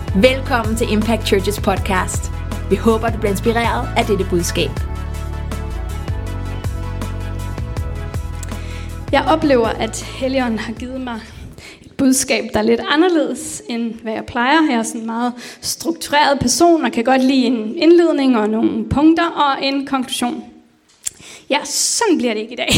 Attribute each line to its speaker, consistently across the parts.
Speaker 1: Velkommen til Impact Churches podcast. Vi håber, du bliver inspireret af dette budskab.
Speaker 2: Jeg oplever, at Helligånden har givet mig et budskab, der er lidt anderledes, end hvad jeg plejer. Jeg er sådan en meget struktureret person, og kan godt lide en indledning og nogle punkter og en konklusion. Ja, sådan bliver det ikke i dag.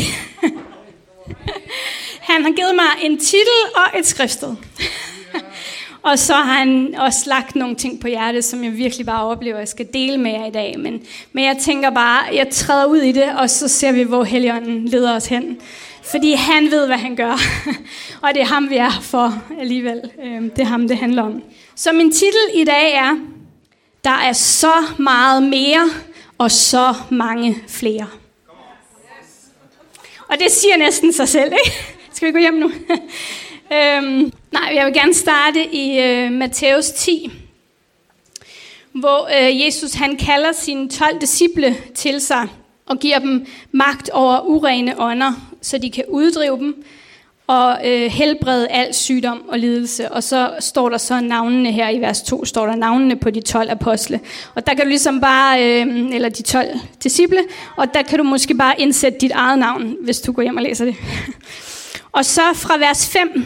Speaker 2: Han har givet mig en titel og et skriftsted. Og så har han også lagt nogle ting på hjertet, som jeg virkelig bare oplever, at jeg skal dele med jer i dag. Men jeg tænker bare, jeg træder ud i det, og så ser vi, hvor Helligånden leder os hen. Fordi han ved, hvad han gør. Og det er ham, vi er her for alligevel. Det er ham, det handler om. Så min titel i dag er, der er så meget mere og så mange flere. Og det siger næsten sig selv, ikke? Skal vi gå hjem nu? Jeg vil gerne starte i Matthæus 10, hvor Jesus han kalder sine 12 disciple til sig og giver dem magt over urene ånder, så de kan uddrive dem og helbrede al sygdom og lidelse. Og så står der så navnene her i vers 2, står der navnene på de 12 apostle. Og der kan du ligesom bare, eller de 12 disciple, og der kan du måske bare indsætte dit eget navn, hvis du går hjem og læser det. Og så fra vers 5,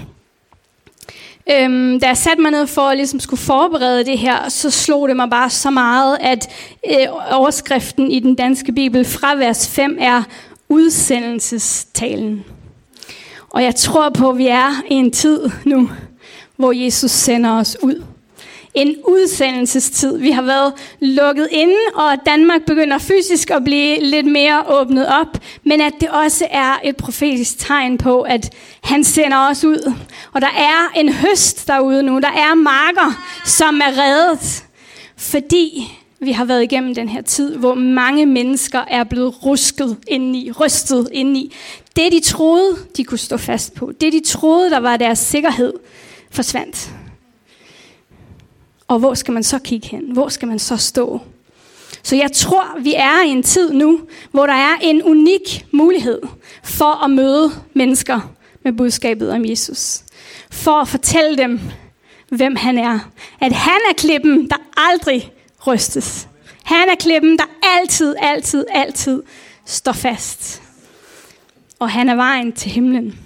Speaker 2: da jeg satte mig ned for at ligesom skulle forberede det her, så slog det mig bare så meget, at overskriften i den danske bibel fra vers 5 er udsendelsestalen. Og jeg tror på, at vi er i en tid nu, hvor Jesus sender os ud. En udsendelsestid. Vi har været lukket inde, og Danmark begynder fysisk at blive lidt mere åbnet op, men at det også er et profetisk tegn på, at han sender os ud. Og der er en høst derude nu. Der er marker, som er reddet, fordi vi har været igennem den her tid, hvor mange mennesker er blevet rystet indeni. Det, de troede, de kunne stå fast på, det, de troede, der var deres sikkerhed, forsvandt. Og hvor skal man så kigge hen? Hvor skal man så stå? Så jeg tror, vi er i en tid nu, hvor der er en unik mulighed for at møde mennesker med budskabet om Jesus. For at fortælle dem, hvem han er. At han er klippen, der aldrig rystes. Han er klippen, der altid står fast. Og han er vejen til himlen.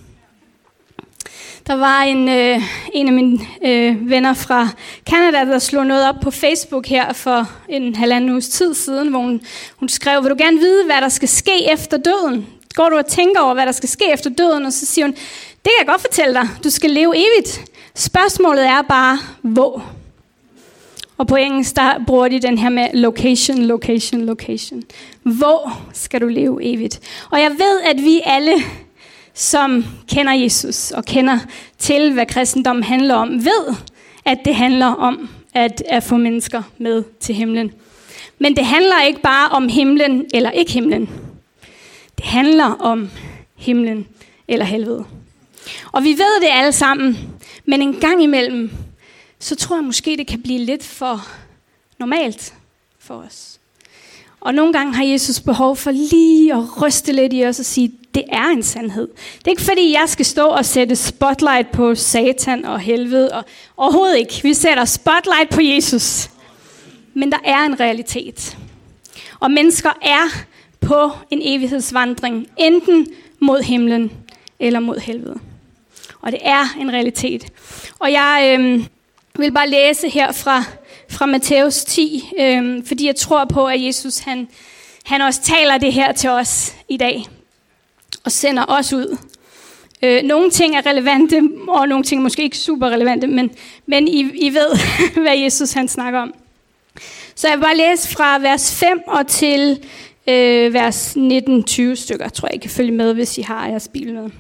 Speaker 2: Der var en af mine venner fra Canada, der slog noget op på Facebook her for en halvanden uges tid siden, hvor hun skrev, vil du gerne vide, hvad der skal ske efter døden? Går du og tænker over, hvad der skal ske efter døden? Og så siger hun, det kan jeg godt fortælle dig, du skal leve evigt. Spørgsmålet er bare, hvor? Og på engelsk, der bruger de den her med location. Hvor skal du leve evigt? Og jeg ved, at vi alle, som kender Jesus og kender til, hvad kristendommen handler om, ved, at det handler om at få mennesker med til himlen. Men det handler ikke bare om himlen eller ikke himlen. Det handler om himlen eller helvede. Og vi ved det alle sammen, men en gang imellem, så tror jeg måske, det kan blive lidt for normalt for os. Og nogle gange har Jesus behov for lige at ryste lidt i os og sige, det er en sandhed. Det er ikke fordi, jeg skal stå og sætte spotlight på Satan og helvede. Og overhovedet ikke. Vi sætter spotlight på Jesus. Men der er en realitet. Og mennesker er på en evighedsvandring, enten mod himlen eller mod helvede. Og det er en realitet. Og jeg vil bare læse her fra Matthæus 10, fordi jeg tror på, at Jesus han også taler det her til os i dag, og sender os ud. Nogle ting er relevante, og nogle ting er måske ikke super relevante, men I ved, hvad Jesus han snakker om. Så jeg vil bare læse fra vers 5 og til vers 19-20 stykker, tror jeg, I kan følge med, hvis I har jeres bibel med.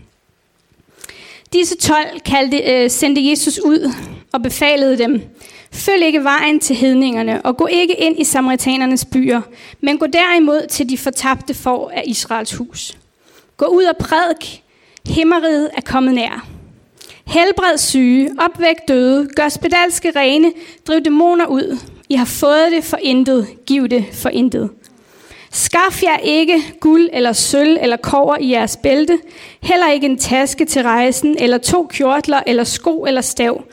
Speaker 2: Disse 12 sendte Jesus ud og befalede dem, følg ikke vejen til hedningerne, og gå ikke ind i samaritanernes byer, men gå derimod til de fortabte får af Israels hus. Gå ud og prædik, himmeriget er kommet nær. Helbred syge, opvæk døde, gør spedalske rene, driv dæmoner ud. I har fået det for intet, giv det for intet. Skaff jer ikke guld eller sølv eller kobber i jeres bælte, heller ikke en taske til rejsen, eller 2 kjortler eller sko eller stav.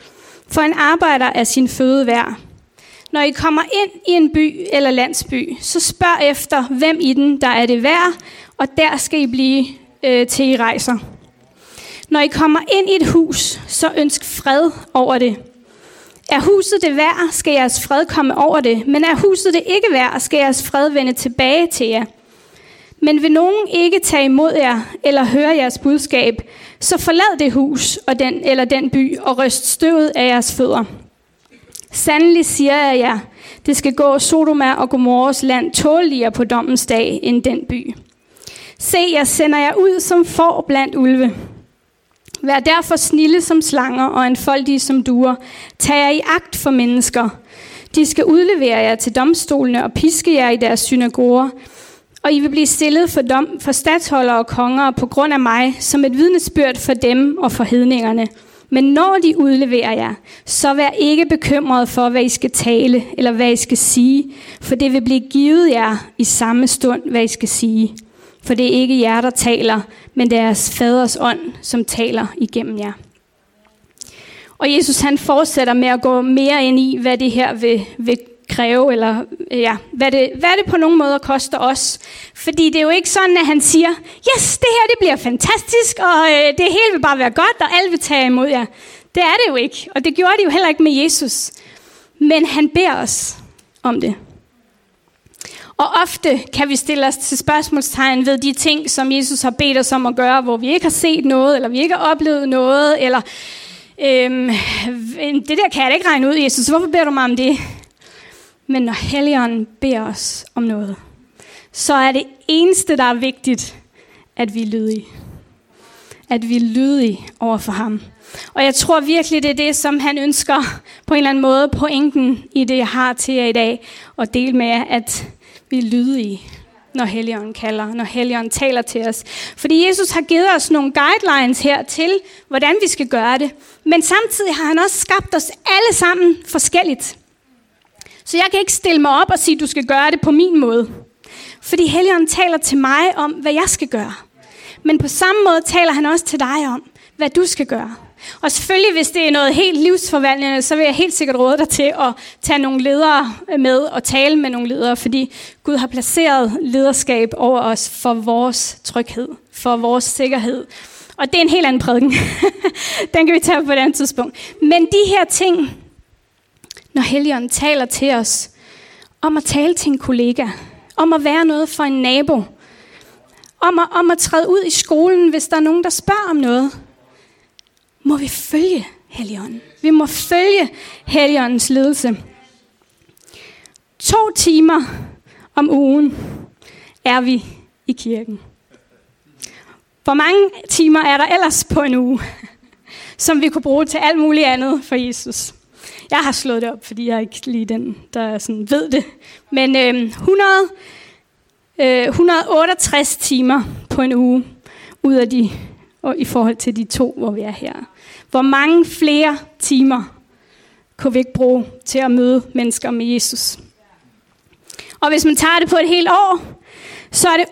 Speaker 2: For en arbejder er sin føde værd. Når I kommer ind i en by eller landsby, så spørg efter, hvem i den, der er det værd, og der skal I blive til I rejser. Når I kommer ind i et hus, så ønsk fred over det. Er huset det værd, skal jeres fred komme over det, men er huset det ikke værd, skal jeres fred vende tilbage til jer. Men vil nogen ikke tage imod jer eller høre jeres budskab, så forlad det hus og den by og ryst støvet af jeres fødder. Sandelig siger jeg jer, det skal gå Sodoma og Gomorras land tåligere på dommens dag end den by. Se, jeg sender jer ud som får blandt ulve. Vær derfor snilde som slanger og enfoldige som duer. Tag jer i agt for mennesker. De skal udlevere jer til domstolene og piske jer i deres synagoger. Og I vil blive stillet for dom for statsholdere og konger på grund af mig, som et vidnesbyrd for dem og for hedningerne. Men når de udleverer jer, så vær ikke bekymret for, hvad I skal tale eller hvad I skal sige, for det vil blive givet jer i samme stund, hvad I skal sige. For det er ikke jer, der taler, men deres faders ånd, som taler igennem jer. Og Jesus han fortsætter med at gå mere ind i, hvad det her vil kræve, eller hvad det på nogen måder koster os. Fordi det er jo ikke sådan, at han siger, yes, det her det bliver fantastisk, og det hele vil bare være godt, og alle vil tage imod jer. Det er det jo ikke, og det gjorde de jo heller ikke med Jesus. Men han beder os om det. Og ofte kan vi stille os til spørgsmålstegn ved de ting, som Jesus har bedt os om at gøre, hvor vi ikke har set noget, eller vi ikke har oplevet noget, eller det der kan jeg da ikke regne ud, Jesus, hvorfor beder du mig om det? Men når Helligånden beder os om noget, så er det eneste, der er vigtigt, at vi er lydige. At vi er lydige over for ham. Og jeg tror virkelig, det er det, som han ønsker på en eller anden måde, pointen i det, jeg har til jer i dag, og dele med jer, at vi er lydige, når Helligånden kalder, når Helligånden taler til os. Fordi Jesus har givet os nogle guidelines her til, hvordan vi skal gøre det. Men samtidig har han også skabt os alle sammen forskelligt. Så jeg kan ikke stille mig op og sige, at du skal gøre det på min måde. Fordi Helligånden taler til mig om, hvad jeg skal gøre. Men på samme måde taler han også til dig om, hvad du skal gøre. Og selvfølgelig, hvis det er noget helt livsforvandlende, så vil jeg helt sikkert råde dig til at tage nogle ledere med og tale med nogle ledere, fordi Gud har placeret lederskab over os for vores tryghed, for vores sikkerhed. Og det er en helt anden prædiken. Den kan vi tage på et andet tidspunkt. Men de her ting, når Helligånden taler til os, om at tale til en kollega, om at være noget for en nabo, om at træde ud i skolen, hvis der er nogen, der spørger om noget, må vi følge Helligånden. Vi må følge Helligåndens ledelse. 2 timer om ugen er vi i kirken. Hvor mange timer er der ellers på en uge, som vi kunne bruge til alt muligt andet for Jesus? Jeg har slået det op, fordi jeg er ikke lige den, der sådan ved det. Men 168 timer på en uge ud af de, og i forhold til de 2, hvor vi er her. Hvor mange flere timer kunne vi ikke bruge til at møde mennesker med Jesus? Og hvis man tager det på et helt år, så er det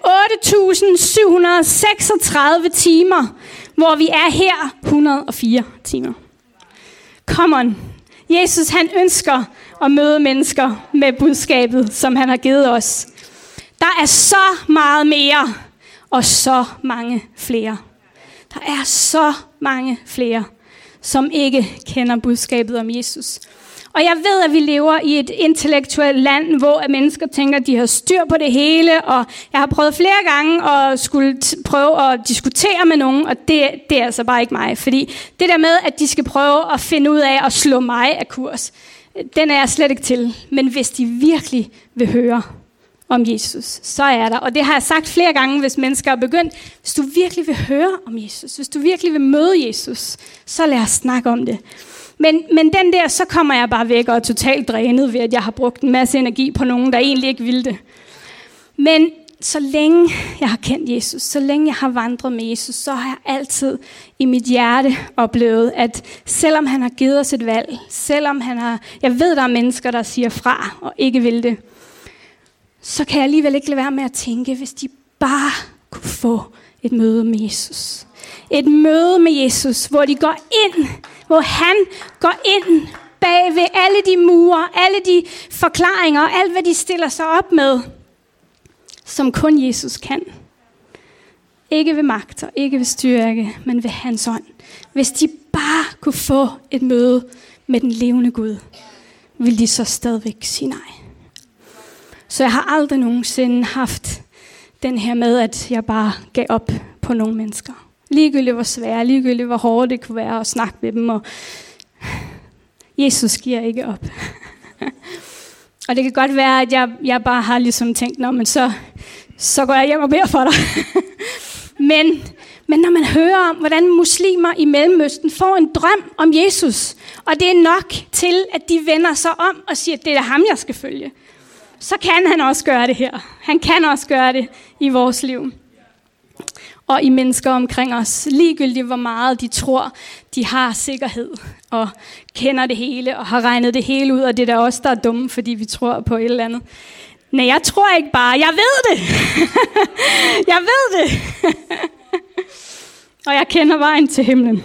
Speaker 2: 8.736 timer, hvor vi er her 104 timer. Come on. Jesus han ønsker at møde mennesker med budskabet, som han har givet os. Der er så meget mere, og så mange flere. Der er så mange flere, som ikke kender budskabet om Jesus. Og jeg ved, at vi lever i et intellektuelt land, hvor mennesker tænker, at de har styr på det hele. Og jeg har prøvet flere gange at skulle prøve at diskutere med nogen, og det er altså bare ikke mig. Fordi det der med, at de skal prøve at finde ud af at slå mig af kurs, den er jeg slet ikke til. Men hvis de virkelig vil høre om Jesus, så er der. Og det har jeg sagt flere gange, hvis mennesker er begyndt. Hvis du virkelig vil høre om Jesus, hvis du virkelig vil møde Jesus, så lad os snakke om det. Men den der, så kommer jeg bare væk og er totalt drænet ved, at jeg har brugt en masse energi på nogen, der egentlig ikke ville det. Men så længe jeg har kendt Jesus, så længe jeg har vandret med Jesus, så har jeg altid i mit hjerte oplevet, at selvom han har givet os et valg, selvom jeg ved, der er mennesker, der siger fra og ikke vil det, så kan jeg alligevel ikke lade være med at tænke, hvis de bare kunne få et møde med Jesus. Et møde med Jesus, hvor de går ind, hvor han går ind bag ved alle de mure, alle de forklaringer, alt hvad de stiller sig op med, som kun Jesus kan. Ikke ved magt og ikke ved styrke, men ved hans ånd. Hvis de bare kunne få et møde med den levende Gud, ville de så stadigvæk sige nej. Så jeg har aldrig nogensinde haft den her med, at jeg bare gav op på nogle mennesker. Ligegyldigt hvor svære, ligegyldigt hvor hårdt det kunne være at snakke med dem. Og Jesus giver ikke op. Og det kan godt være, at jeg bare har ligesom tænkt, nå, men så går jeg hjem og beder for dig. Men når man hører om, hvordan muslimer i Mellemøsten får en drøm om Jesus, og det er nok til, at de vender sig om og siger, at det er ham, jeg skal følge, så kan han også gøre det her. Han kan også gøre det i vores liv. Og i mennesker omkring os, ligegyldigt hvor meget de tror, de har sikkerhed og kender det hele og har regnet det hele ud, og det er der også, der er dumme, fordi vi tror på et eller andet. Nej, jeg tror ikke bare, jeg ved det. Jeg ved det. Og jeg kender vejen til himlen.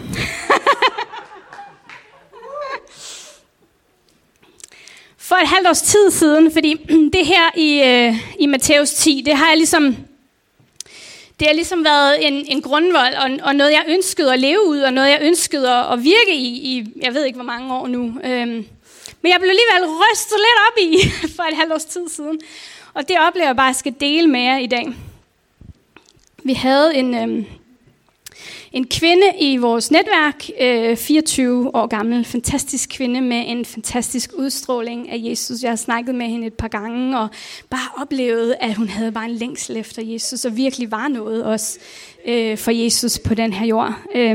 Speaker 2: For et halvt års tid siden, fordi det her i Matthæus 10, det har ligesom været en grundvold, og noget jeg ønskede at leve ud, og noget jeg ønskede at virke i jeg ved ikke hvor mange år nu. Men jeg blev alligevel rystet lidt op i for et halvt års tid siden. Og det oplever jeg bare, at jeg skal dele med jer i dag. Vi havde en kvinde i vores netværk, 24 år gammel, fantastisk kvinde med en fantastisk udstråling af Jesus. Jeg har snakket med hende et par gange og bare oplevet, at hun havde bare en længsel efter Jesus, og virkelig var noget også for Jesus på den her jord.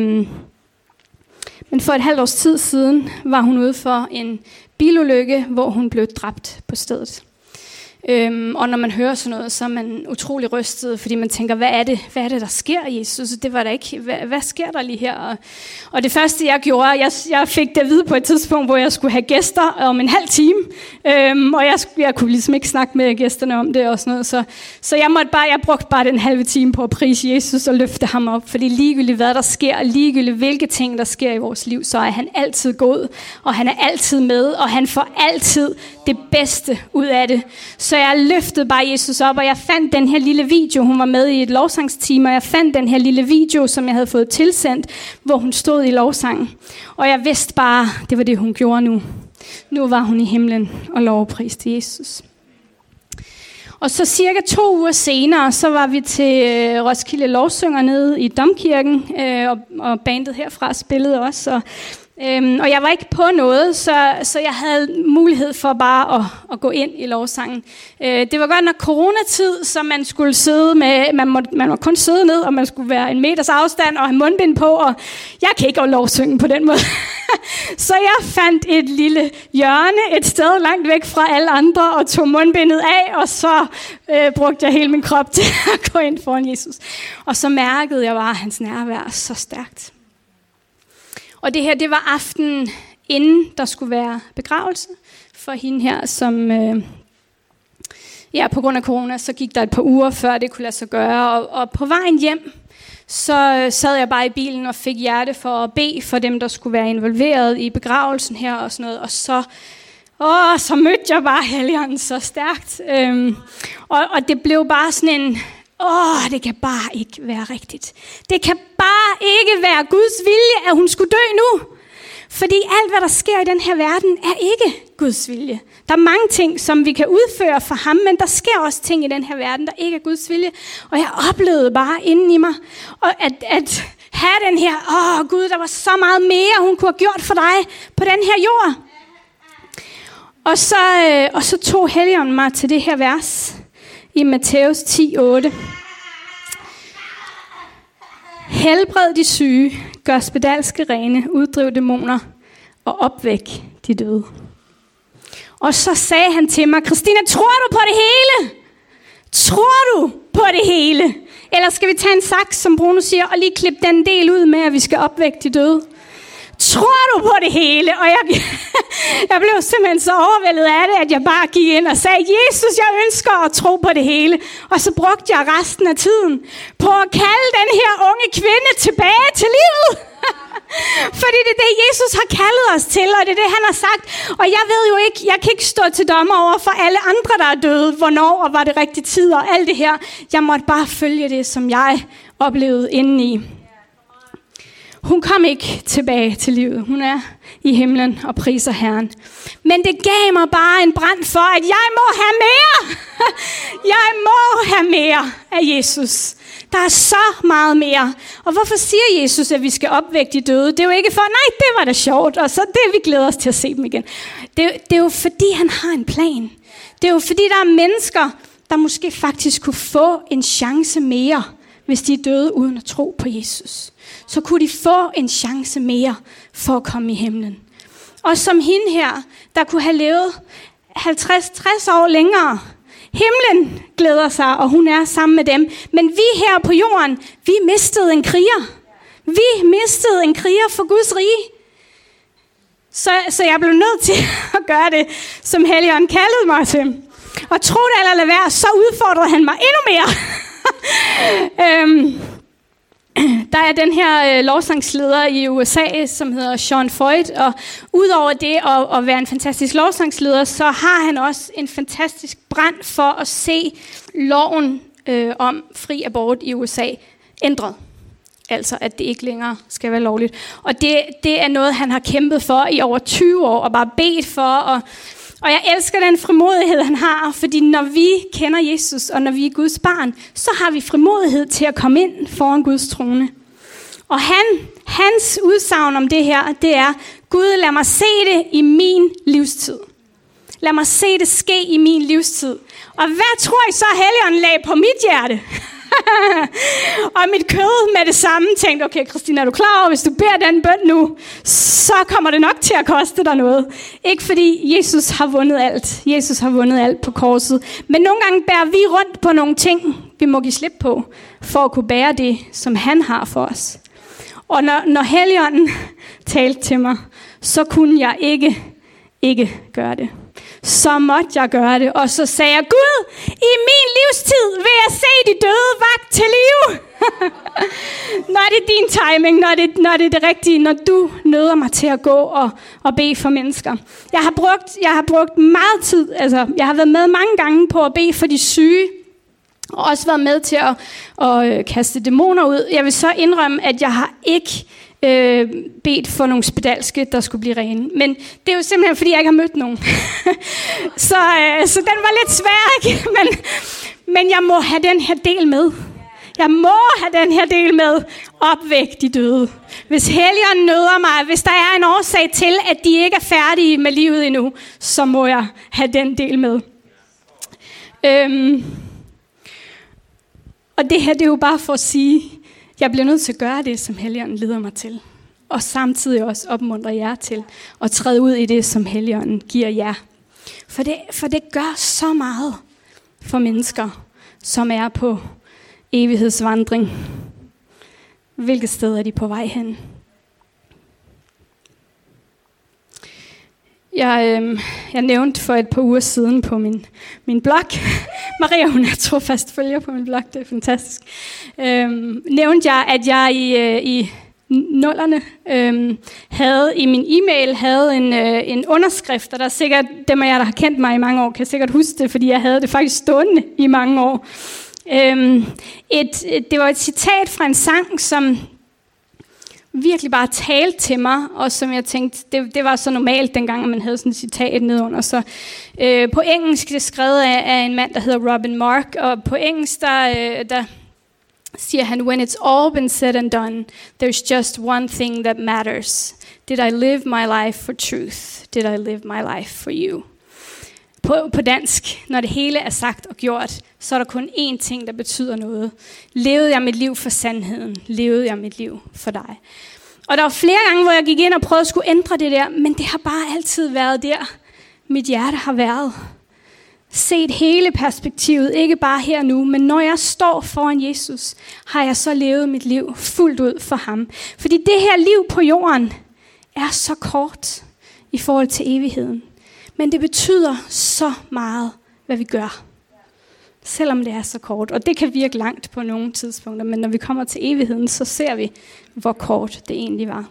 Speaker 2: Men for et halvt års tid siden var hun ude for en bilulykke, hvor hun blev dræbt på stedet. Og når man hører sådan noget, så er man utrolig rystet, fordi man tænker, hvad er det, der sker, Jesus? Det var der ikke. Hvad sker der lige her? Og det første, jeg gjorde, jeg fik det at vide på et tidspunkt, hvor jeg skulle have gæster om en halv time. Og jeg kunne ligesom ikke snakke med gæsterne om det og sådan noget. Så jeg brugte bare den halve time på at prise Jesus og løfte ham op. Fordi ligegyldigt hvad der sker, ligegyldigt hvilke ting, der sker i vores liv, så er han altid god, og han er altid med, og han får altid det bedste ud af det. Så jeg løftede bare Jesus op, og jeg fandt den her lille video. Hun var med i et lovsangsteam, og jeg fandt den her lille video, som jeg havde fået tilsendt, hvor hun stod i lovsang. Og jeg vidste bare, det var det, hun gjorde nu. Nu var hun i himlen og lovpriste Jesus. Og så cirka 2 uger senere, så var vi til Roskilde Lovsynger nede i Domkirken, og bandet herfra spillede også. Og jeg var ikke på noget, så jeg havde mulighed for bare at gå ind i lovsangen. Det var godt nok coronatid, så man skulle sidde med, man må kun sidde ned, og man skulle være 1 meters afstand og have mundbind på, og jeg kan ikke lovsynge på den måde. Så jeg fandt et lille hjørne et sted langt væk fra alle andre, og tog mundbindet af, og så brugte jeg hele min krop til at gå ind foran Jesus. Og så mærkede jeg bare hans nærvær så stærkt. Og det her, det var aftenen, inden der skulle være begravelse for hende her, som på grund af corona, så gik der et par uger, før det kunne lade sig gøre. Og på vejen hjem, så sad jeg bare i bilen og fik hjerte for at bede for dem, der skulle være involveret i begravelsen her og sådan noget. Og så mødte jeg bare Helligånden så stærkt. Og det blev bare sådan en... det kan bare ikke være rigtigt. Det kan bare ikke være Guds vilje, at hun skulle dø nu. Fordi alt, hvad der sker i den her verden, er ikke Guds vilje. Der er mange ting, som vi kan udføre for ham, men der sker også ting i den her verden, der ikke er Guds vilje. Og jeg oplevede bare inden i mig, at have den her, Gud, der var så meget mere, hun kunne have gjort for dig på den her jord. Og så tog Helligånden mig til det her vers i Matthæus 10:8. Helbred de syge, gør spedalske rene, uddriv dæmoner og opvæk de døde. Og så sagde han til mig, Christina, tror du på det hele? Tror du på det hele? Eller skal vi tage en saks, som Bruno siger, og lige klippe den del ud med, at vi skal opvække de døde? tror du på det hele? Og jeg blev simpelthen så overvældet af det, at jeg bare gik ind og sagde, Jesus, jeg ønsker at tro på det hele. Og så brugte jeg resten af tiden på at kalde den her unge kvinde tilbage til livet. Fordi det er det, Jesus har kaldet os til, og det er det, han har sagt. Og jeg ved jo ikke, jeg kan ikke stå til dommer over for alle andre, der er døde. Hvornår og var det rigtige tid og alt det her. Jeg måtte bare følge det, som jeg oplevede indeni. Hun kom ikke tilbage til livet. Hun er i himlen og priser Herren. Men det gav mig bare en brand for, at jeg må have mere. Jeg må have mere af Jesus. Der er så meget mere. Og hvorfor siger Jesus, at vi skal opvække de døde? Det er jo ikke for, nej, det var da sjovt, og så det, vi glæder os til at se dem igen. Det er jo fordi, han har en plan. Det er jo fordi, der er mennesker, der måske faktisk kunne få en chance mere, hvis de er døde uden at tro på Jesus. Så kunne de få en chance mere for at komme i himlen. Og som hende her, der kunne have levet 50-60 år længere. Himlen glæder sig, og hun er sammen med dem. Men vi her på jorden, vi mistede en kriger. Vi mistede en kriger for Guds rige. Så jeg blev nødt til at gøre det, som Helligånden kaldede mig til. Og tro det eller lade være, så udfordrede han mig endnu mere. Der er den her lovsangsleder i USA, som hedder Sean Feucht, og udover det at være en fantastisk lovsangsleder, så har han også en fantastisk brand for at se loven om fri abort i USA ændret. Altså, at det ikke længere skal være lovligt. Og det er noget, han har kæmpet for i over 20 år, og bare bedt for. Og jeg elsker den frimodighed, han har, fordi når vi kender Jesus, og når vi er Guds barn, så har vi frimodighed til at komme ind foran Guds trone. Og hans udsagn om det her, det er, Gud, lad mig se det i min livstid. Lad mig se det ske i min livstid. Og hvad tror I så, Helligånden lagde på mit hjerte? Og mit kød med det samme tænkte, okay, Christina, er du klar over, hvis du beder den bøn nu, så kommer det nok til at koste dig noget. Ikke fordi Jesus har vundet alt. Jesus har vundet alt på korset. Men nogle gange bærer vi rundt på nogle ting, vi må give slip på, for at kunne bære det, som han har for os. Og når Helligånden talte til mig, så kunne jeg ikke gøre det. Så måtte jeg gøre det, og så sagde jeg, Gud, i min livstid vil jeg se de døde vakt til live. Når det er din timing, når det er det rigtige, når du nøder mig til at gå og bede for mennesker. Jeg har brugt meget tid, altså jeg har været med mange gange på at bede for de syge, og også været med til at kaste dæmoner ud. Jeg vil så indrømme, at jeg har ikke bedt for nogle spedalske, der skulle blive rene. Men det er jo simpelthen, fordi jeg ikke har mødt nogen. så den var lidt svær, ikke? Men jeg må have den her del med. Jeg må have den her del med. Opvæk de døde. Hvis Helligånden nøder mig, hvis der er en årsag til, at de ikke er færdige med livet endnu, så må jeg have den del med. Og det her, det er jo bare for at sige, jeg bliver nødt til at gøre det, som Helligånden leder mig til. Og samtidig også opmuntrer jer til at træde ud i det, som Helligånden giver jer. For det gør så meget for mennesker, som er på evighedsvandring. Hvilket sted er de på vej hen? Jeg nævnte for et par uger siden på min blog, Maria, hun er trofast følger på min blog, det er fantastisk, nævnte jeg, at jeg i nullerne havde i min e-mail en underskrift, og der er sikkert dem af jer, der har kendt mig i mange år, kan sikkert huske det, fordi jeg havde det faktisk stående i mange år. Det var et citat fra en sang, som virkelig bare talte til mig, og som jeg tænkte, det var så normalt dengang, at man havde sådan et citat nedunder. Så på engelsk det er skrevet af en mand, der hedder Robin Mark, og på engelsk der siger han, when it's all been said and done, there's just one thing that matters. Did I live my life for truth? Did I live my life for you? På dansk, når det hele er sagt og gjort, så er der kun én ting, der betyder noget. Levede jeg mit liv for sandheden? Levede jeg mit liv for dig? Og der var flere gange, hvor jeg gik ind og prøvede at skulle ændre det der, men det har bare altid været der, mit hjerte har været. Set hele perspektivet, ikke bare her nu, men når jeg står foran Jesus, har jeg så levet mit liv fuldt ud for ham. Fordi det her liv på jorden er så kort i forhold til evigheden. Men det betyder så meget, hvad vi gør. Selvom det er så kort. Og det kan virke langt på nogle tidspunkter, men når vi kommer til evigheden, så ser vi, hvor kort det egentlig var.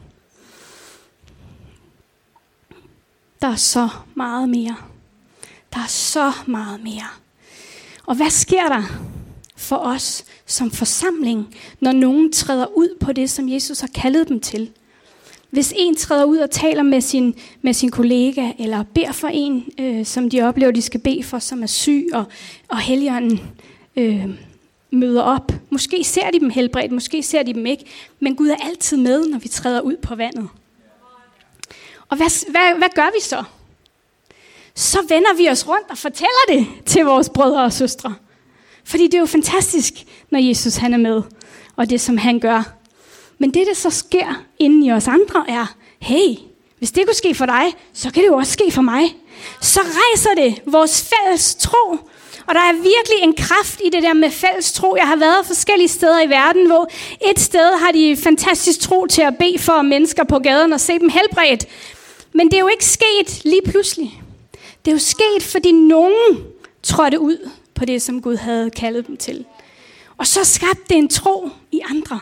Speaker 2: Der er så meget mere. Der er så meget mere. Og hvad sker der for os som forsamling, når nogen træder ud på det, som Jesus har kaldet dem til? Hvis en træder ud og taler med sin kollega, eller beder for en, som de oplever, de skal bede for, som er syg, og Helligånden møder op. Måske ser de dem helbredt, måske ser de dem ikke, men Gud er altid med, når vi træder ud på vandet. Og hvad gør vi så? Så vender vi os rundt og fortæller det til vores brødre og søstre. Fordi det er jo fantastisk, når Jesus han er med, og det som han gør. Men det, der så sker inde i os andre, er, hey, hvis det kunne ske for dig, så kan det jo også ske for mig. Så rejser det vores fælles tro. Og der er virkelig en kraft i det der med fælles tro. Jeg har været forskellige steder i verden, hvor et sted har de fantastisk tro til at bede for mennesker på gaden og se dem helbredt. Men det er jo ikke sket lige pludselig. Det er jo sket, fordi nogen trådte ud på det, som Gud havde kaldet dem til. Og så skabte det en tro i andre.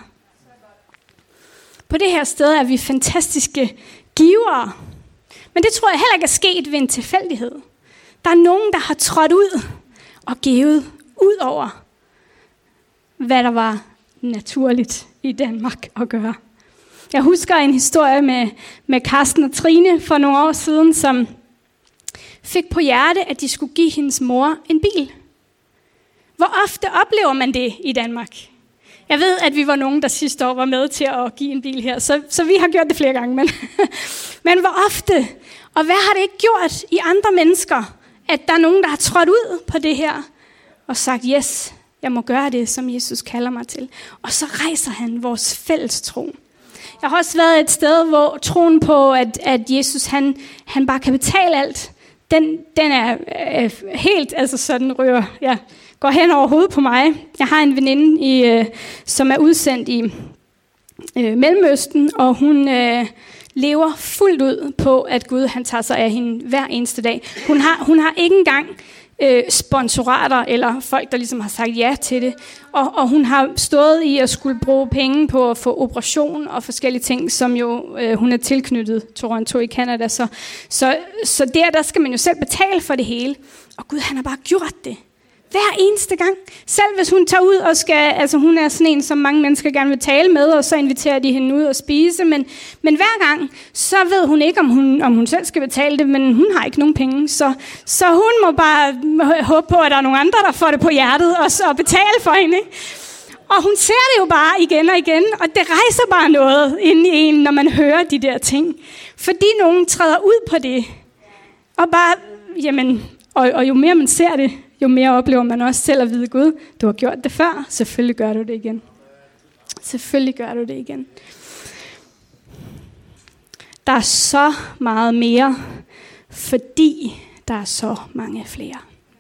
Speaker 2: På det her sted er vi fantastiske givere. Men det tror jeg heller ikke er sket ved en tilfældighed. Der er nogen, der har trådt ud og givet ud over, hvad der var naturligt i Danmark at gøre. Jeg husker en historie med Karsten og Trine for nogle år siden, som fik på hjerte, at de skulle give hendes mor en bil. Hvor ofte oplever man det i Danmark? Jeg ved, at vi var nogen, der sidste år var med til at give en bil her, så vi har gjort det flere gange. Men hvor ofte? Og hvad har det ikke gjort i andre mennesker, at der er nogen, der har trådt ud på det her og sagt, yes, jeg må gøre det, som Jesus kalder mig til. Og så rejser han vores fælles tro. Jeg har også været et sted, hvor troen på, at Jesus han bare kan betale alt, den er helt, altså sådan går hen over hovedet på mig. Jeg har en veninde, som er udsendt i Mellemøsten, og hun lever fuldt ud på, at Gud han tager sig af hende hver eneste dag. Hun har ikke engang sponsorater eller folk, der ligesom har sagt ja til det. Og hun har stået i at skulle bruge penge på at få operation og forskellige ting, som jo hun er tilknyttet Toronto i Canada. Så der skal man jo selv betale for det hele. Og Gud han har bare gjort det. Hver eneste gang. Selv hvis hun tager ud og skal, altså hun er sådan en, som mange mennesker gerne vil tale med, og så inviterer de hende ud og spise. Men hver gang, så ved hun ikke, om hun selv skal betale det, men hun har ikke nogen penge. Så hun må bare håbe på, at der er nogle andre, der får det på hjertet, og så betale for hende. Ikke? Og hun ser det jo bare igen og igen, og det rejser bare noget inde i en, når man hører de der ting. Fordi nogen træder ud på det, og bare, jamen, og jo mere man ser det, jo mere oplever man også selv at vide, Gud, du har gjort det før, selvfølgelig gør du det igen. Selvfølgelig gør du det igen. Der er så meget mere, fordi der er så mange flere.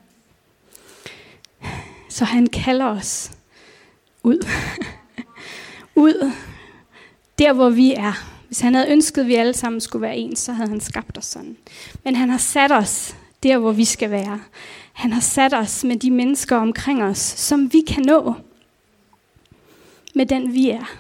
Speaker 2: Så han kalder os ud. Ud der, hvor vi er. Hvis han havde ønsket, at vi alle sammen skulle være ens, så havde han skabt os sådan. Men han har sat os der, hvor vi skal være. Han har sat os med de mennesker omkring os, som vi kan nå med den vi er.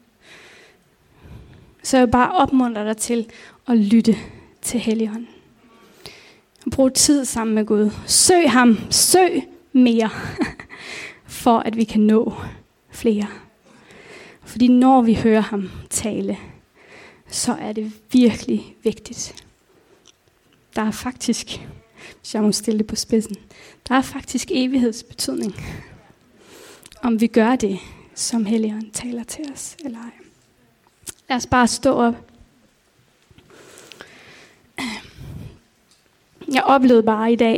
Speaker 2: Så jeg bare opmuntrer dig til at lytte til Helligånden. Brug tid sammen med Gud. Søg ham. Søg mere, for at vi kan nå flere. Fordi når vi hører ham tale, så er det virkelig vigtigt. Der er faktisk, hvis jeg må stille det på spidsen, der er faktisk evighedsbetydning, om vi gør det, som Helligånden taler til os, eller ej. Lad os bare stå op. Jeg oplevede bare i dag,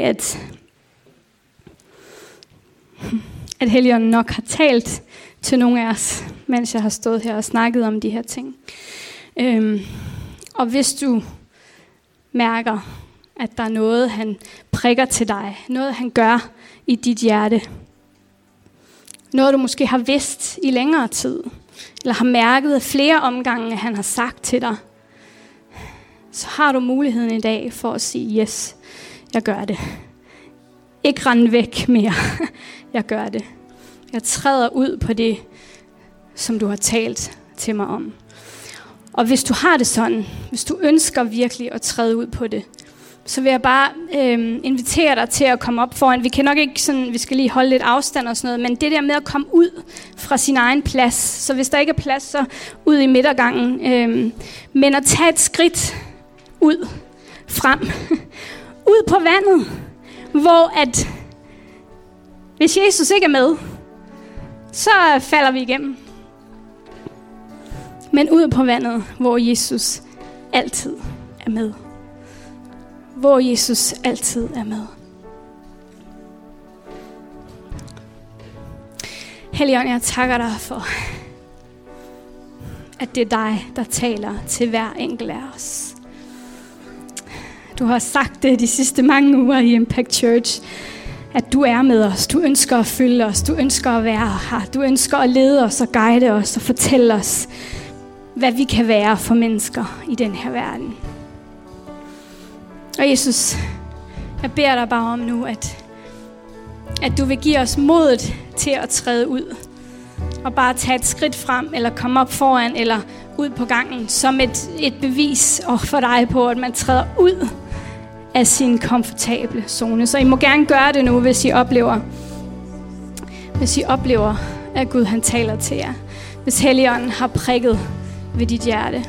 Speaker 2: at Helligånden nok har talt til nogle af os, mens jeg har stået her og snakket om de her ting. Og hvis du mærker, at der er noget, han prikker til dig, noget, han gør i dit hjerte, noget, du måske har vidst i længere tid, eller har mærket flere omgange, at han har sagt til dig, så har du muligheden i dag for at sige, yes, jeg gør det. Ikke rende væk mere. Jeg gør det. Jeg træder ud på det, som du har talt til mig om. Og hvis du har det sådan, hvis du ønsker virkelig at træde ud på det, så vil jeg bare invitere dig til at komme op foran. Vi kan nok ikke sådan, vi skal lige holde lidt afstand og sådan noget, men det der med at komme ud fra sin egen plads, så hvis der ikke er plads, så ud i midtergangen, men at tage et skridt ud, frem, ud på vandet, hvor at, hvis Jesus ikke er med, så falder vi igennem. Men ud på vandet, hvor Jesus altid er med. Hvor Jesus altid er med. Helligånd, jeg takker dig for, at det er dig, der taler til hver enkelt af os. Du har sagt det de sidste mange uger i Impact Church, at du er med os. Du ønsker at følge os. Du ønsker at være her. Du ønsker at lede os og guide os og fortælle os, hvad vi kan være for mennesker i den her verden. Og Jesus, jeg beder dig bare om nu, at du vil give os modet til at træde ud. Og bare tage et skridt frem, eller komme op foran, eller ud på gangen, som et bevis for dig på, at man træder ud af sin komfortable zone. Så I må gerne gøre det nu, hvis I oplever, at Gud han taler til jer. Hvis Helligånden har prikket ved dit hjerte.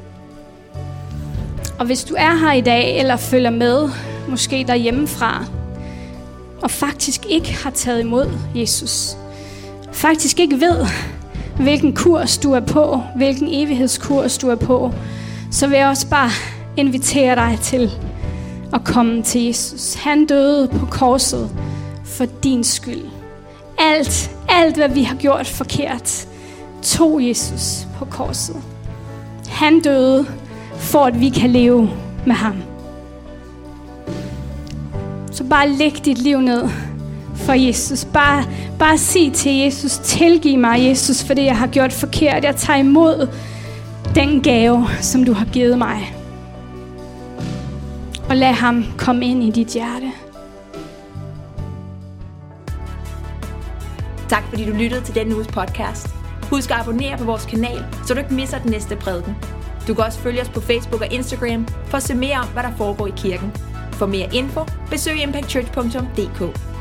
Speaker 2: Og hvis du er her i dag, eller følger med, måske derhjemmefra, og faktisk ikke har taget imod Jesus, faktisk ikke ved, hvilken kurs du er på, hvilken evighedskurs du er på, så vil jeg også bare invitere dig til at komme til Jesus. Han døde på korset for din skyld. Alt hvad vi har gjort forkert, tog Jesus på korset. Han døde for at vi kan leve med ham. Så bare læg dit liv ned for Jesus. Bare sig til Jesus, tilgiv mig Jesus, for det jeg har gjort forkert. Jeg tager imod den gave, som du har givet mig. Og lad ham komme ind i dit hjerte.
Speaker 1: Tak fordi du lyttede til denne uges podcast. Husk at abonnere på vores kanal, så du ikke misser den næste prædiken. Du kan også følge os på Facebook og Instagram for at se mere om, hvad der foregår i kirken. For mere info, besøg impactchurch.dk.